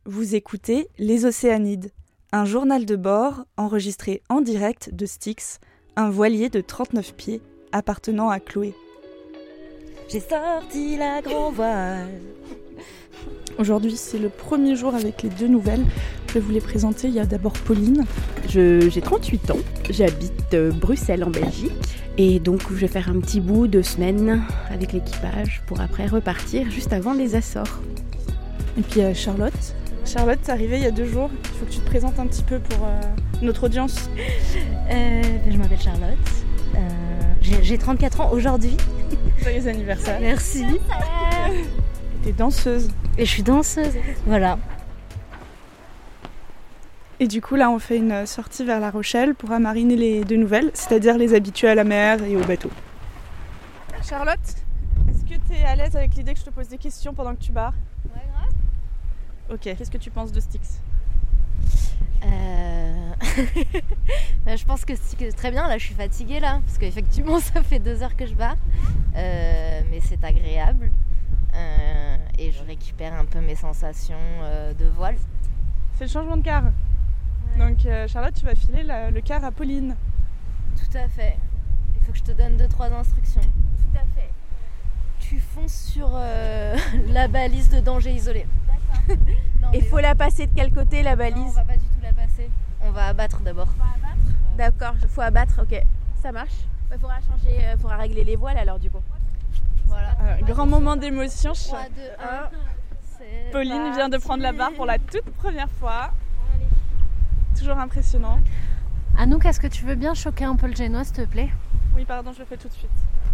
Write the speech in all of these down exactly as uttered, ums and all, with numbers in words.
Vous écoutez Les Océanides, un journal de bord enregistré en direct de Styx, un voilier de trente-neuf pieds appartenant à Chloé. J'ai sorti la grand voile. Aujourd'hui, c'est le premier jour avec les deux nouvelles. Je vais vous les présenter. Il y a d'abord Pauline. Je, j'ai trente-huit ans, j'habite euh, Bruxelles en Belgique. Et donc je vais faire un petit bout de semaine avec l'équipage pour après repartir juste avant les Açores. Et puis euh, Charlotte. Charlotte, t'es arrivée il y a deux jours. Il faut que tu te présentes un petit peu pour euh, notre audience. Euh, je m'appelle Charlotte. Euh, j'ai, j'ai trente-quatre ans aujourd'hui. Joyeux anniversaire. Merci. T'es danseuse. Et je suis danseuse. Voilà. Et du coup, là, on fait une sortie vers La Rochelle pour amariner les deux nouvelles, c'est-à-dire les habitués à la mer et au bateau. Charlotte, est-ce que tu es à l'aise avec l'idée que je te pose des questions pendant que tu barres ? Ouais, grave. Ok, qu'est-ce que tu penses de Styx ? euh... Je pense que c'est très bien, là je suis fatiguée là, parce qu'effectivement ça fait deux heures que je barre, euh, mais c'est agréable. Euh, et je récupère un peu mes sensations euh, de voile. C'est le changement de quart. Ouais. Donc euh, Charlotte, tu vas filer la, le quart à Pauline. Tout à fait. Il faut que je te donne deux trois instructions. Tout à fait. Tu fonces sur euh, la balise de danger isolé. D'accord. Et il faut la passer de quel côté la balise ? Non, on va pas du tout la passer. On va abattre d'abord. On va abattre ? D'accord, il faut abattre, ok. Ça marche. Il bah, faudra changer, euh, faudra régler les voiles alors du coup. Voilà. Euh, grand moment d'émotion. trois, deux, un. Pauline parti. Vient de prendre la barre pour la toute première fois. Allez. Toujours impressionnant. Anouk, est-ce que tu veux bien choquer un peu le génois, s'il te plaît ? Oui, pardon, je le fais tout de suite.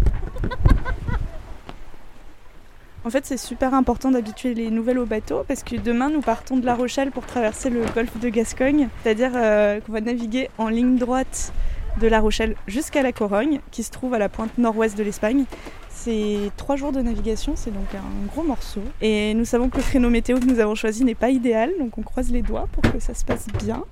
En fait, c'est super important d'habituer les nouvelles au bateau parce que demain, nous partons de La Rochelle pour traverser le golfe de Gascogne. C'est-à-dire euh, qu'on va naviguer en ligne droite de La Rochelle jusqu'à la Corogne, qui se trouve à la pointe nord-ouest de l'Espagne. C'est trois jours de navigation, c'est donc un gros morceau. Et nous savons que le créneau météo que nous avons choisi n'est pas idéal, donc on croise les doigts pour que ça se passe bien.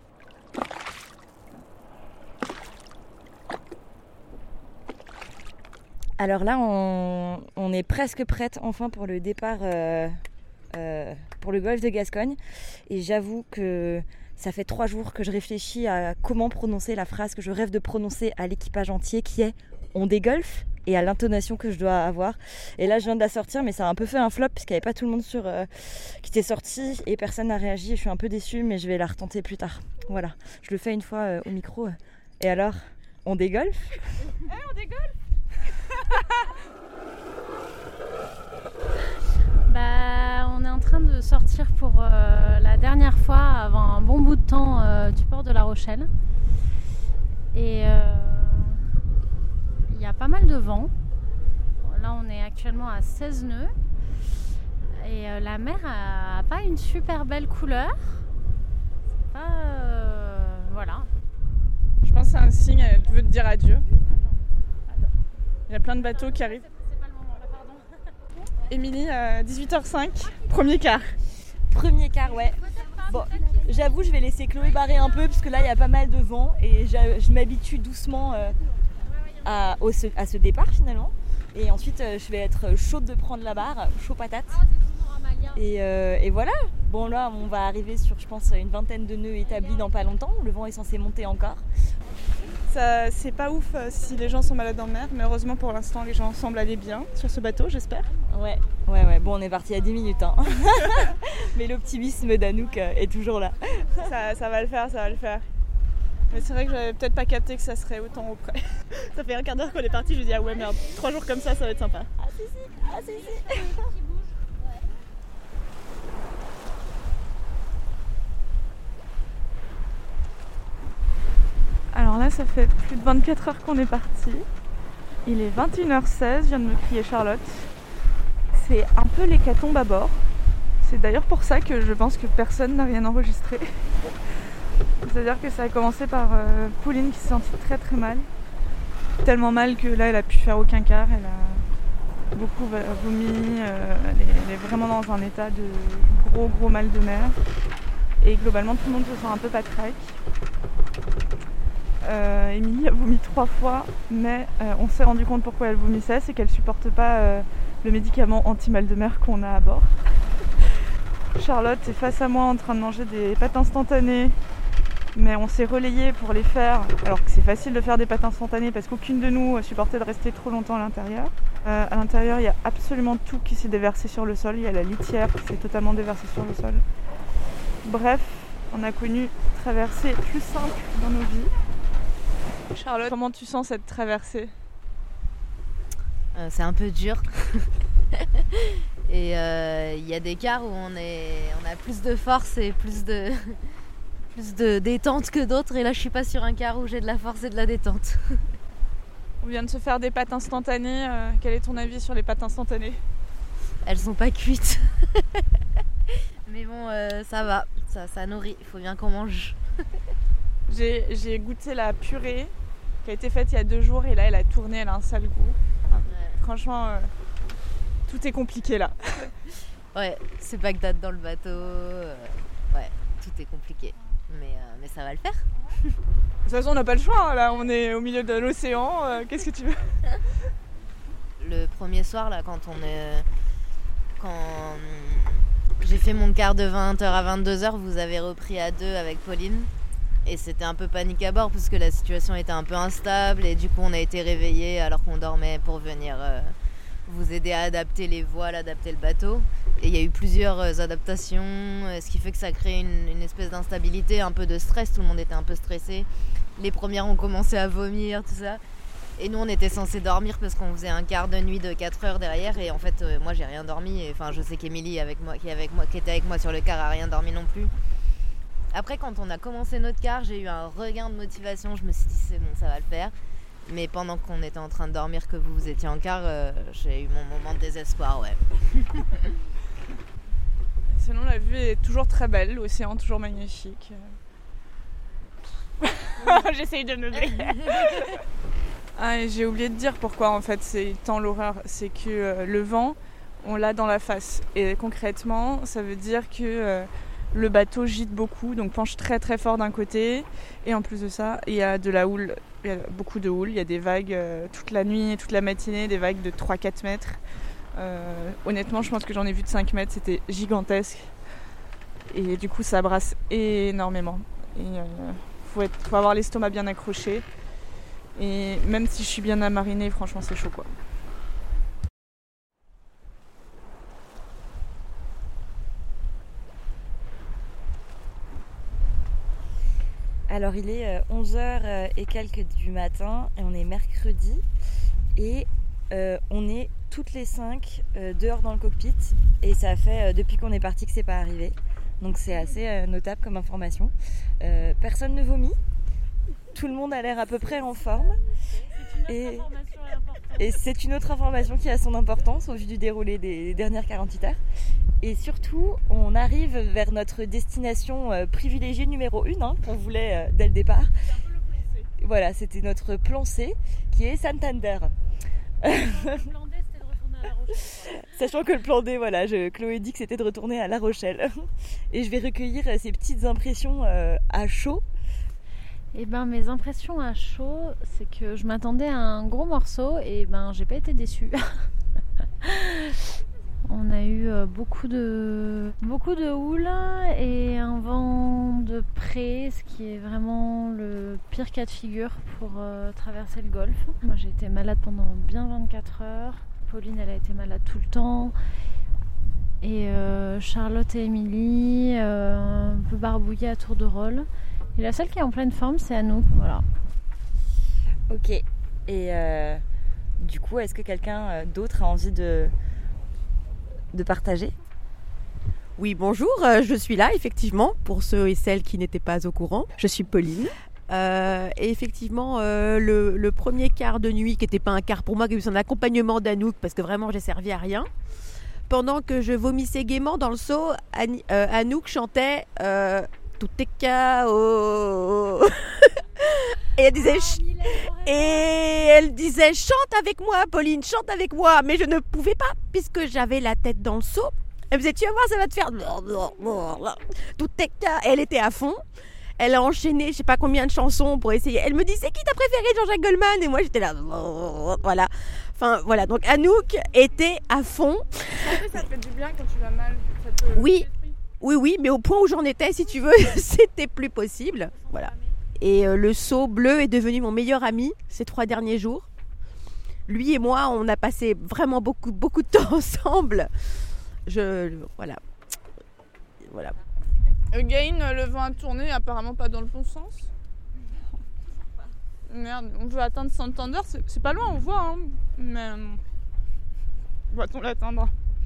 Alors là, on, on est presque prête enfin pour le départ euh, euh, pour le golfe de Gascogne. Et j'avoue que ça fait trois jours que je réfléchis à comment prononcer la phrase que je rêve de prononcer à l'équipage entier, qui est « on dégolfe » et à l'intonation que je dois avoir. Et là, je viens de la sortir, mais ça a un peu fait un flop puisqu'il n'y avait pas tout le monde sur, euh, qui était sorti et personne n'a réagi. Je suis un peu déçue, mais je vais la retenter plus tard. Voilà, je le fais une fois euh, au micro. Et alors, on dégolfe ? Eh, on dégolfe ? Bah, on est en train de sortir pour euh, la dernière fois avant un bon bout de temps euh, du port de La Rochelle. Et il euh, y a pas mal de vent. Là, on est actuellement à seize nœuds. Et euh, la mer a, a pas une super belle couleur. C'est pas... Euh, voilà. Je pense que c'est un signe, elle veut te dire adieu. Il y a plein de bateaux qui arrivent. C'est pas le moment, là, pardon. Émilie, euh, dix-huit heures cinq, premier quart. Premier quart, ouais. Bon, j'avoue, je vais laisser Chloé barrer un peu parce que là, il y a pas mal de vent et je, je m'habitue doucement euh, à, au, à ce départ finalement. Et ensuite, euh, je vais être chaude de prendre la barre, chaud patate. Et, euh, et voilà. Bon, là, on va arriver sur, je pense, une vingtaine de nœuds établis dans pas longtemps. Le vent est censé monter encore. Ça, c'est pas ouf euh, si les gens sont malades en mer, mais heureusement pour l'instant les gens semblent aller bien sur ce bateau, j'espère. Ouais, ouais, ouais. Bon, on est parti à dix minutes, hein. Mais l'optimisme d'Anouk euh, est toujours là. Ça, ça va le faire, ça va le faire. Mais c'est vrai que j'avais peut-être pas capté que ça serait autant auprès. Ça fait un quart d'heure qu'on est parti, je me dis ah ouais merde, trois jours comme ça, ça va être sympa. Ah si si, ah si si. Alors là, ça fait plus de vingt-quatre heures qu'on est parti. Il est vingt et une heures seize, vient de me crier Charlotte. C'est un peu l'hécatombe à bord. C'est d'ailleurs pour ça que je pense que personne n'a rien enregistré. C'est-à-dire que ça a commencé par euh, Pauline qui s'est sentie très très mal. Tellement mal que là, elle a pu faire aucun quart. Elle a beaucoup vomi. Euh, elle, est, elle est vraiment dans un état de gros gros mal de mer. Et globalement, tout le monde se sent un peu patraque. Euh, Émilie a vomi trois fois, mais euh, on s'est rendu compte pourquoi elle vomissait, c'est qu'elle supporte pas euh, le médicament anti-mal de mer qu'on a à bord. Charlotte est face à moi en train de manger des pâtes instantanées. Mais on s'est relayé pour les faire, alors que c'est facile de faire des pâtes instantanées parce qu'aucune de nous supportait de rester trop longtemps à l'intérieur. Euh, à l'intérieur, il y a absolument tout qui s'est déversé sur le sol. Il y a la litière qui s'est totalement déversée sur le sol. Bref, on a connu une traversée plus simple dans nos vies. Charlotte, comment tu sens cette traversée ? euh, C'est un peu dur. Et il euh, y a des quarts où on, est, on a plus de force et plus de... plus de détente que d'autres, et là je suis pas sur un quart où j'ai de la force et de la détente. On vient de se faire des pâtes instantanées, euh, quel est ton avis sur les pâtes instantanées ? Elles sont pas cuites. Mais bon, euh, ça va, ça, ça nourrit, il faut bien qu'on mange. j'ai, j'ai goûté la purée qui a été faite il y a deux jours et là elle a tourné, elle a un sale goût. Ah, ouais. Franchement, euh, tout est compliqué là. Ouais, c'est Bagdad dans le bateau, euh, ouais, tout est compliqué. Mais, euh, mais ça va le faire. De toute façon, on n'a pas le choix, hein, là, on est au milieu de l'océan, euh, qu'est-ce que tu veux ? Le premier soir, là, quand on est... Quand j'ai fait mon quart de vingt heures à vingt-deux heures, vous avez repris à deux avec Pauline. Et c'était un peu panique à bord, parce que la situation était un peu instable, et du coup, on a été réveillés alors qu'on dormait pour venir euh, vous aider à adapter les voiles, adapter le bateau. Et il y a eu plusieurs adaptations, ce qui fait que ça crée une, une espèce d'instabilité, un peu de stress, tout le monde était un peu stressé. Les premières ont commencé à vomir, tout ça. Et nous, on était censés dormir parce qu'on faisait un quart de nuit de quatre heures derrière. Et en fait, euh, moi, j'ai rien dormi. Et, enfin, je sais qu'Émilie, avec moi, qui, est avec moi, qui était avec moi sur le quart, a rien dormi non plus. Après, quand on a commencé notre quart, j'ai eu un regain de motivation. Je me suis dit, c'est bon, ça va le faire. Mais pendant qu'on était en train de dormir, que vous, vous étiez en quart, euh, j'ai eu mon moment de désespoir, ouais. Sinon, la vue est toujours très belle, l'océan toujours magnifique. J'essaye de me lever. Ah, et j'ai oublié de dire pourquoi en fait c'est tant l'horreur. C'est que euh, le vent, on l'a dans la face. Et concrètement, ça veut dire que euh, le bateau gîte beaucoup, donc penche très très fort d'un côté. Et en plus de ça, il y a de la houle, il y a beaucoup de houle. Il y a des vagues euh, toute la nuit, toute la matinée, des vagues de trois à quatre mètres. Euh, honnêtement, je pense que j'en ai vu de cinq mètres, c'était gigantesque. Et du coup, ça brasse énormément. Et euh, faut, être, faut avoir l'estomac bien accroché. Et même si je suis bien amarinée, franchement, c'est chaud, quoi. Alors, il est onze heures et quelques du matin, et on est mercredi. Et euh, on est toutes les cinq euh, dehors dans le cockpit, et ça fait euh, depuis qu'on est parti que c'est pas arrivé, donc c'est assez euh, notable comme information. Euh, personne ne vomit, tout le monde a l'air à peu près en forme, et, et c'est une autre information qui a son importance au vu du déroulé des dernières quarante-huit heures. Et surtout, on arrive vers notre destination euh, privilégiée numéro une, hein, qu'on voulait euh, dès le départ. C'est un peu le plan C. Voilà, c'était notre plan C, qui est Santander. Le plan D, c'était de retourner à La Rochelle. Sachant que le plan D, voilà, je, Chloé dit que c'était de retourner à La Rochelle. Et je vais recueillir ces petites impressions euh, à chaud. Et ben mes impressions à chaud, c'est que je m'attendais à un gros morceau et ben j'ai pas été déçue. On a eu beaucoup de beaucoup de houle et un vent de près, ce qui est vraiment le pire cas de figure pour euh, traverser le golfe. Moi j'ai été malade pendant bien vingt-quatre heures. Pauline elle a été malade tout le temps. Et euh, Charlotte et Émilie euh, un peu barbouillées à tour de rôle. Et la seule qui est en pleine forme, c'est Anouk, voilà. Ok. Et euh, du coup, est-ce que quelqu'un d'autre a envie de, de partager ? Oui, bonjour, euh, je suis là, effectivement, pour ceux et celles qui n'étaient pas au courant. Je suis Pauline. Euh, et effectivement, euh, le, le premier quart de nuit, qui n'était pas un quart pour moi, qui était un accompagnement d'Anouk, parce que vraiment, j'ai servi à rien. Pendant que je vomissais gaiement dans le seau, An- euh, Anouk chantait... Euh, tout est chaos. Et elle disait ch- et elle disait chante avec moi Pauline, chante avec moi, mais je ne pouvais pas puisque j'avais la tête dans le seau. Elle me disait tu vas voir, ça va te faire tout est chaos. Elle était à fond. Elle a enchaîné je sais pas combien de chansons pour essayer. Elle me dit c'est qui ta préférée, Jean-Jacques Goldman, et moi j'étais là voilà. Enfin voilà, donc Anouk était à fond. Ça te fait du bien quand tu vas mal, ça te... Oui. Oui, oui, mais au point où j'en étais, si tu veux, c'était plus possible. Voilà. Et euh, le seau bleu est devenu mon meilleur ami ces trois derniers jours. Lui et moi, on a passé vraiment beaucoup, beaucoup de temps ensemble. Je, voilà. Voilà. Again, le vent a tourné, apparemment pas dans le bon sens. Merde, on veut atteindre Santander, c'est, c'est pas loin, on voit, hein. Mais va-t-on l'atteindre?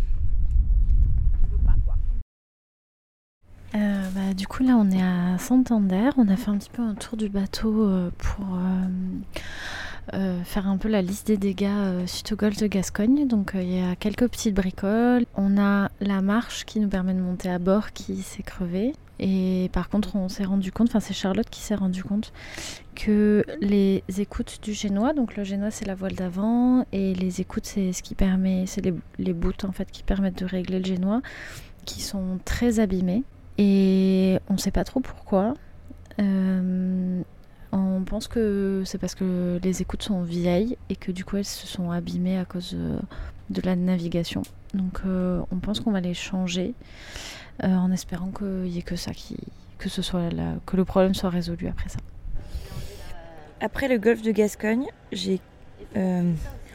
Euh, bah, du coup là on est à Santander, on a fait un petit peu un tour du bateau euh, pour euh, euh, faire un peu la liste des dégâts euh, suite au golfe de Gascogne. Donc il euh, y a quelques petites bricoles, on a la marche qui nous permet de monter à bord qui s'est crevée. Et par contre on s'est rendu compte, enfin c'est Charlotte qui s'est rendu compte que les écoutes du génois, donc le génois c'est la voile d'avant et les écoutes c'est ce qui permet, c'est les, les bouts en fait qui permettent de régler le génois, qui sont très abîmées. Et on ne sait pas trop pourquoi. Euh, on pense que c'est parce que les écoutes sont vieilles et que du coup elles se sont abîmées à cause de, de la navigation. Donc euh, on pense qu'on va les changer euh, en espérant qu'il n'y ait que ça, qui, que, ce soit la, que le problème soit résolu après ça. Après le golfe de Gascogne, j'ai euh,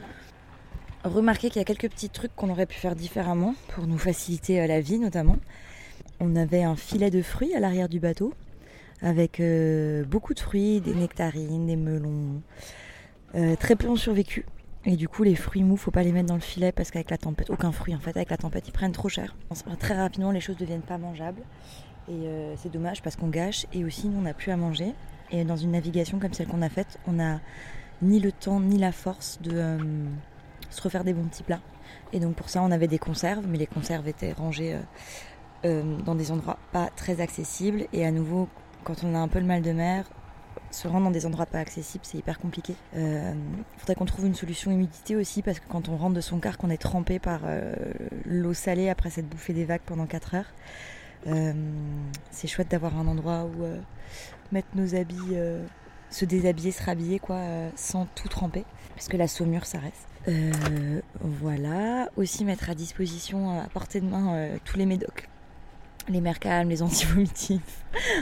remarqué qu'il y a quelques petits trucs qu'on aurait pu faire différemment pour nous faciliter la vie notamment. On avait un filet de fruits à l'arrière du bateau avec euh, beaucoup de fruits, des nectarines, des melons. Euh, très peu ont survécu. Et du coup, les fruits mous, faut pas les mettre dans le filet parce qu'avec la tempête, aucun fruit en fait, avec la tempête, ils prennent trop cher. Très rapidement, les choses deviennent pas mangeables. Et euh, c'est dommage parce qu'on gâche. Et aussi, nous, on n'a plus à manger. Et dans une navigation comme celle qu'on a faite, on n'a ni le temps ni la force de euh, se refaire des bons petits plats. Et donc pour ça, on avait des conserves, mais les conserves étaient rangées Euh, Euh, dans des endroits pas très accessibles. Et à nouveau, quand on a un peu le mal de mer, se rendre dans des endroits pas accessibles, c'est hyper compliqué. Il euh, faudrait qu'on trouve une solution humidité aussi, parce que quand on rentre de son car, qu'on est trempé par euh, l'eau salée après s'être bouffé des vagues pendant quatre heures, euh, c'est chouette d'avoir un endroit où euh, mettre nos habits, euh, se déshabiller, se rhabiller quoi, euh, sans tout tremper, parce que la saumure ça reste. Euh, voilà, aussi mettre à disposition, à portée de main, euh, tous les médocs. Les mers calmes, les anti-vomitifs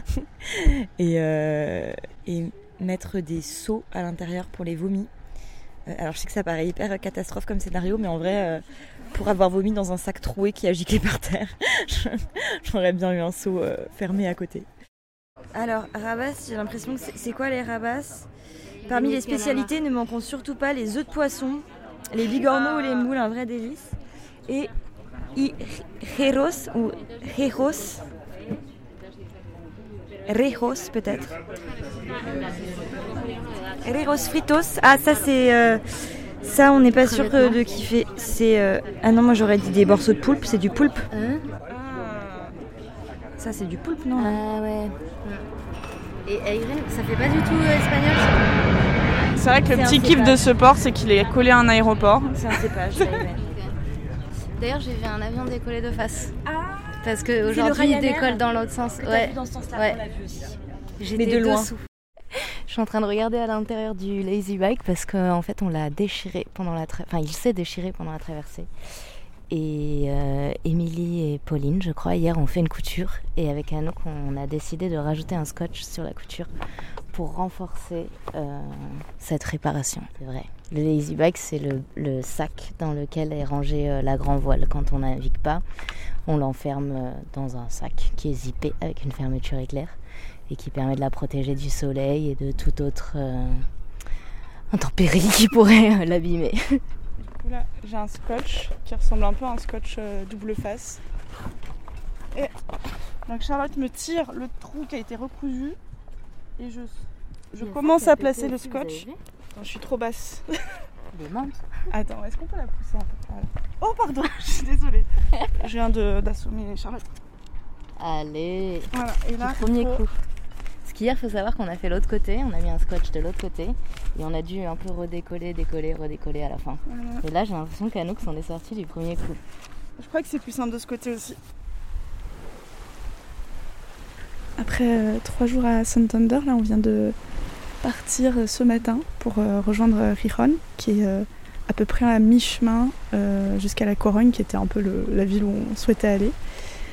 et, euh, et mettre des seaux à l'intérieur pour les vomis. Euh, alors je sais que ça paraît hyper catastrophe comme scénario, mais en vrai, euh, pour avoir vomi dans un sac troué qui a giclé par terre, j'aurais bien eu un seau euh, fermé à côté. Alors, rabas, j'ai l'impression que c'est, c'est quoi les rabas? Parmi les spécialités, ne manquons surtout pas les œufs de poisson, les bigorneaux ou les moules, un vrai délice. Et I Reros ou Reros Reros peut-être Reros fritos. Ah ça c'est euh, ça on n'est pas sûr euh, de kiffer. C'est euh, ah non moi j'aurais dit des morceaux de poulpe. C'est du poulpe. Hein ça c'est du poulpe non? Ah ouais. Et Irène, ça fait pas du tout euh, espagnol ça. C'est vrai que le C'est petit un kiff cépage. de ce port c'est qu'il est collé à un aéroport. C'est un cépage. Ça, D'ailleurs, j'ai vu un avion décoller de face. ah Parce qu'aujourd'hui, il Ryanair décolle dans l'autre sens. que t'as Ouais. vu dans ce sens-là, Ouais. on l'a vu aussi. J'étais Mais de loin. dessous. Je suis en train de regarder à l'intérieur du Lazy Bike parce qu'en fait, on l'a déchiré pendant la tra... Enfin, il s'est déchiré pendant la traversée. Et euh, Émilie et Pauline, je crois, hier, ont fait une couture. Et avec Anouk, on a décidé de rajouter un scotch sur la couture pour renforcer euh, cette réparation. C'est vrai. Le Lazy Bike, c'est le, le sac dans lequel est rangée euh, la grand voile. Quand on navigue pas, on l'enferme euh, dans un sac qui est zippé avec une fermeture éclair et qui permet de la protéger du soleil et de toute autre euh, intempérie qui pourrait euh, l'abîmer. Là, j'ai un scotch qui ressemble un peu à un scotch euh, double face. Et donc Charlotte me tire le trou qui a été recousu et je, je commence à placer le scotch. Attends, je suis trop basse. Des menthes. Attends, est-ce qu'on peut la pousser un peu? Voilà. Oh pardon, je suis désolée. Je viens de, d'assommer Charlotte. Allez, Voilà, et là, premier il faut- coup. Parce qu'hier, il faut savoir qu'on a fait l'autre côté, on a mis un scotch de l'autre côté et on a dû un peu redécoller, décoller, redécoller à la fin. Voilà. Et là, j'ai l'impression qu'Anouk s'en est sortie du premier coup. Je crois que c'est plus simple de ce côté aussi. Après euh, trois jours à Santander, là on vient de partir euh, ce matin pour euh, rejoindre euh, Gijón, qui est euh, à peu près à mi-chemin euh, jusqu'à La Corogne, qui était un peu le, la ville où on souhaitait aller.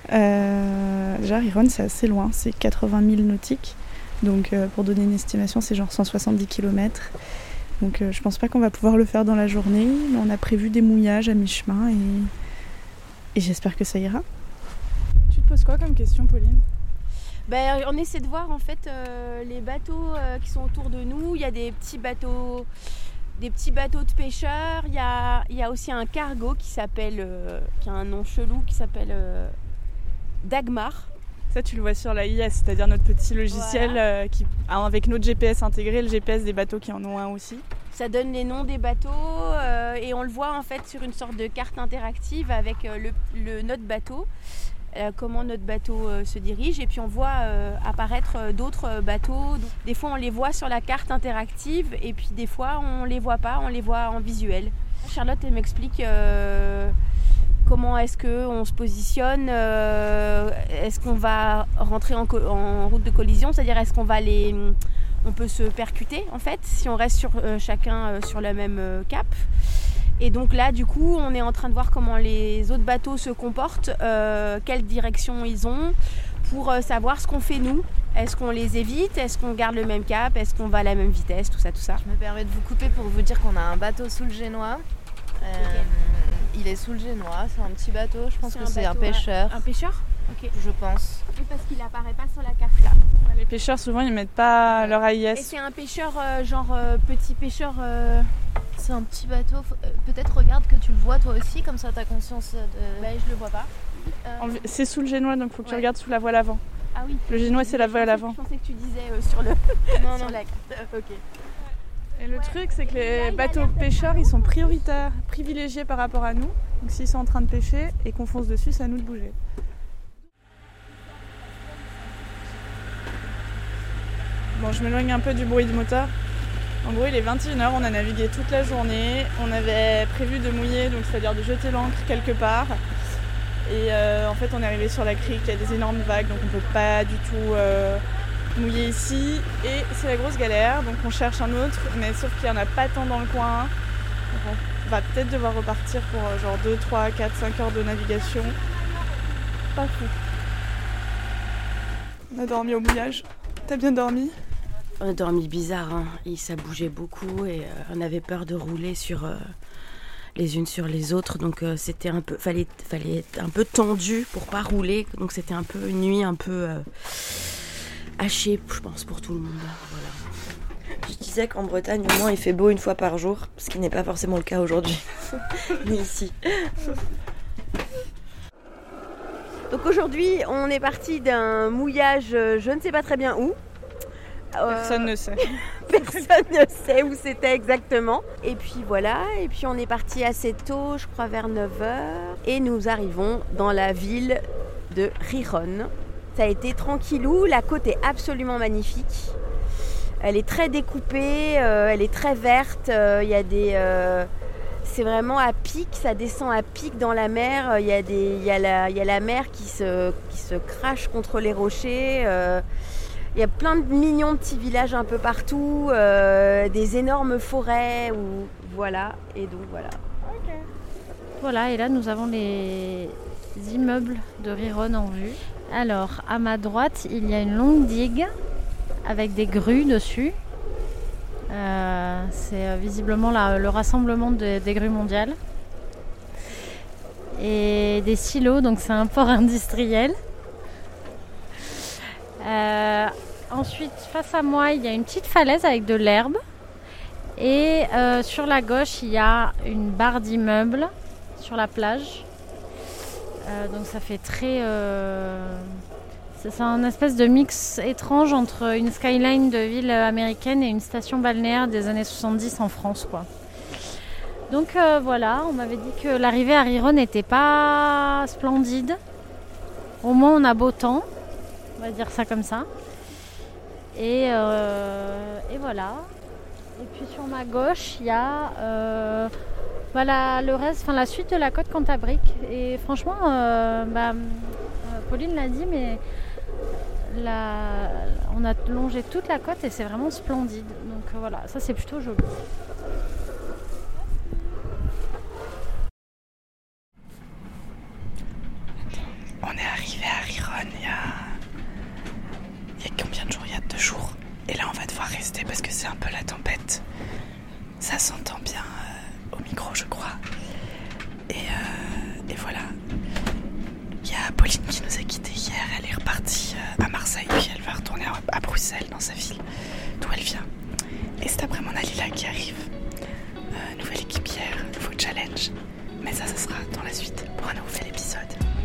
Euh, déjà, Riron, c'est assez loin, c'est quatre-vingt milles nautiques. Donc, euh, pour donner une estimation, c'est genre cent soixante-dix kilomètres. Donc, euh, je pense pas qu'on va pouvoir le faire dans la journée. Mais on a prévu des mouillages à mi-chemin et, et j'espère que ça ira. Tu te poses quoi comme question, Pauline ? Ben, on essaie de voir en fait euh, les bateaux euh, qui sont autour de nous. Il y a des petits bateaux, des petits bateaux de pêcheurs. Il y a, il y a aussi un cargo qui s'appelle, euh, qui a un nom chelou, qui s'appelle euh, Dagmar. Ça, tu le vois sur l'A I S, c'est-à-dire notre petit logiciel voilà. euh, qui, avec notre G P S intégré, le G P S des bateaux qui en ont un aussi. Ça donne les noms des bateaux euh, et on le voit en fait sur une sorte de carte interactive avec euh, le, le, notre bateau. Euh, comment notre bateau euh, se dirige et puis on voit euh, apparaître euh, d'autres euh, bateaux. Donc, des fois on les voit sur la carte interactive et puis des fois on les voit pas, on les voit en visuel. Charlotte elle m'explique euh, comment est-ce qu'on se positionne, euh, est-ce qu'on va rentrer en, co- en route de collision, c'est-à-dire est-ce qu'on va les... on peut se percuter en fait si on reste sur, euh, chacun euh, sur le même euh, cap. Et donc là, du coup, on est en train de voir comment les autres bateaux se comportent, euh, quelle direction ils ont, pour euh, savoir ce qu'on fait nous. Est-ce qu'on les évite ? Est-ce qu'on garde le même cap ? Est-ce qu'on va à la même vitesse ? Tout ça, tout ça. Je me permets de vous couper pour vous dire qu'on a un bateau sous le Génois. Euh, okay. Il est sous le Génois, c'est un petit bateau, je pense c'est que un c'est un pêcheur. Un pêcheur ? Ok. Je pense. Oui, parce qu'il apparaît pas sur la carte là. Les pêcheurs, souvent, ils mettent pas leur A I S. Et c'est un pêcheur, euh, genre euh, petit pêcheur... Euh... C'est un petit bateau, euh, peut-être regarde que tu le vois toi aussi, comme ça t'as conscience de... Bah je le vois pas. Euh... C'est sous le Génois, donc faut que ouais. tu regardes sous la voile avant. Ah oui. Le Génois c'est la voile avant. Je pensais que tu disais euh, sur le... non, sur non. la carte. Ok. Et le ouais. truc c'est que les bateaux pêcheurs ils sont prioritaires, privilégiés par rapport à nous. Donc s'ils sont en train de pêcher et qu'on fonce dessus, c'est à nous de bouger. Bon, je m'éloigne un peu du bruit de moteur. En gros, il est vingt et une heures, on a navigué toute la journée. On avait prévu de mouiller, donc c'est-à-dire de jeter l'ancre quelque part. Et euh, en fait, on est arrivé sur la crique, il y a des énormes vagues, donc on ne peut pas du tout euh, mouiller ici. Et c'est la grosse galère, donc on cherche un autre, mais sauf qu'il n'y en a pas tant dans le coin. Donc on va peut-être devoir repartir pour euh, genre deux, trois, quatre, cinq heures de navigation. Pas fou. On a dormi au mouillage. T'as bien dormi ? On a dormi bizarre, hein. Et ça bougeait beaucoup et euh, on avait peur de rouler sur euh, les unes sur les autres, donc euh, c'était un peu, fallait, fallait être un peu tendu pour pas rouler, donc c'était un peu une nuit un peu euh, hachée, je pense, pour tout le monde. Voilà. Je disais qu'en Bretagne, au moins, il fait beau une fois par jour, ce qui n'est pas forcément le cas aujourd'hui, ni ici. Donc aujourd'hui, on est parti d'un mouillage, je ne sais pas très bien où. Personne euh, ne sait. Personne ne sait où c'était exactement. Et puis voilà, et puis on est parti assez tôt, je crois vers neuf heures. Et nous arrivons dans la ville de Riron. Ça a été tranquillou, la côte est absolument magnifique. Elle est très découpée, euh, elle est très verte. Il euh, y a des... Euh, c'est vraiment à pic, ça descend à pic dans la mer. Il y a, des, y a, la, y a la mer qui se, qui se crache contre les rochers. Euh, Il y a plein de mignons petits villages un peu partout, euh, des énormes forêts, où, voilà, et donc voilà. Okay. Voilà, et là nous avons les immeubles de Riron en vue. Alors, à ma droite, il y a une longue digue avec des grues dessus. Euh, c'est visiblement la, le rassemblement de, des grues mondiales. Et des silos, donc c'est un port industriel. Euh, ensuite, face à moi, il y a une petite falaise avec de l'herbe. Et euh, sur la gauche, il y a une barre d'immeubles sur la plage. Euh, donc ça fait très... Euh, c'est, c'est un espèce de mix étrange entre une skyline de ville américaine et une station balnéaire des années soixante-dix en France, quoi. Donc euh, voilà, on m'avait dit que l'arrivée à Riron n'était pas splendide. Au moins, on a beau temps. On va dire ça comme ça. Et, euh, et voilà. Et puis sur ma gauche, il y a euh, voilà, le reste, enfin la suite de la côte Cantabrique. Et franchement, euh, bah, Pauline l'a dit, mais la, on a longé toute la côte et c'est vraiment splendide. Donc voilà, ça c'est plutôt joli. On est arrivé c'est un peu la tempête. Ça s'entend bien euh, au micro, je crois. Et, euh, et voilà. Il y a Pauline qui nous a quittés hier. Elle est repartie euh, à Marseille, puis elle va retourner à, à Bruxelles, dans sa ville, d'où elle vient. Et cet après-midi, on a Lila qui arrive. Euh, nouvelle équipière, nouveau challenge. Mais ça, ça sera dans la suite pour un nouvel épisode.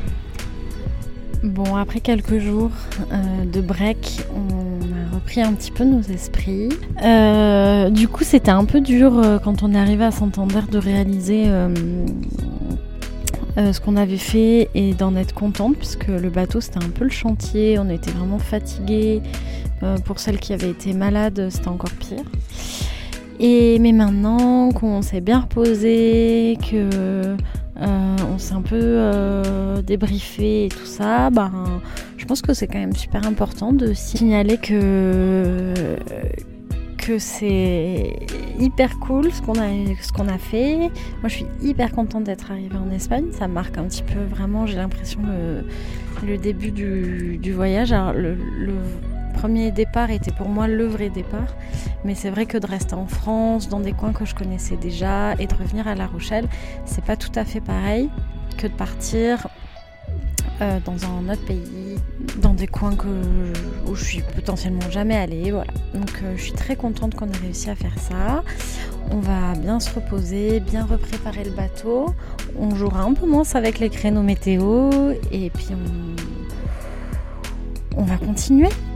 Bon, après quelques jours euh, de break, on a repris un petit peu nos esprits. Euh, du coup, c'était un peu dur euh, quand on est arrivé à Santander de réaliser euh, euh, ce qu'on avait fait et d'en être contente, puisque le bateau, c'était un peu le chantier. On était vraiment fatigués. Euh, pour celles qui avaient été malades, c'était encore pire. Et, mais maintenant qu'on s'est bien reposé, que... Euh, on s'est un peu euh, débriefé et tout ça, ben, je pense que c'est quand même super important de signaler que, que c'est hyper cool ce qu'on a, ce qu'on a fait. Moi je suis hyper contente d'être arrivée en Espagne, ça marque un petit peu vraiment, j'ai l'impression, le, le début du, du voyage. Alors, le, le premier départ était pour moi le vrai départ, mais c'est vrai que de rester en France, dans des coins que je connaissais déjà, et de revenir à La Rochelle, c'est pas tout à fait pareil que de partir euh, dans un autre pays, dans des coins que, où je suis potentiellement jamais allée. Voilà. Donc euh, je suis très contente qu'on ait réussi à faire ça. On va bien se reposer, bien repréparer le bateau. On jouera un peu moins avec les créneaux météo, et puis on, on va continuer.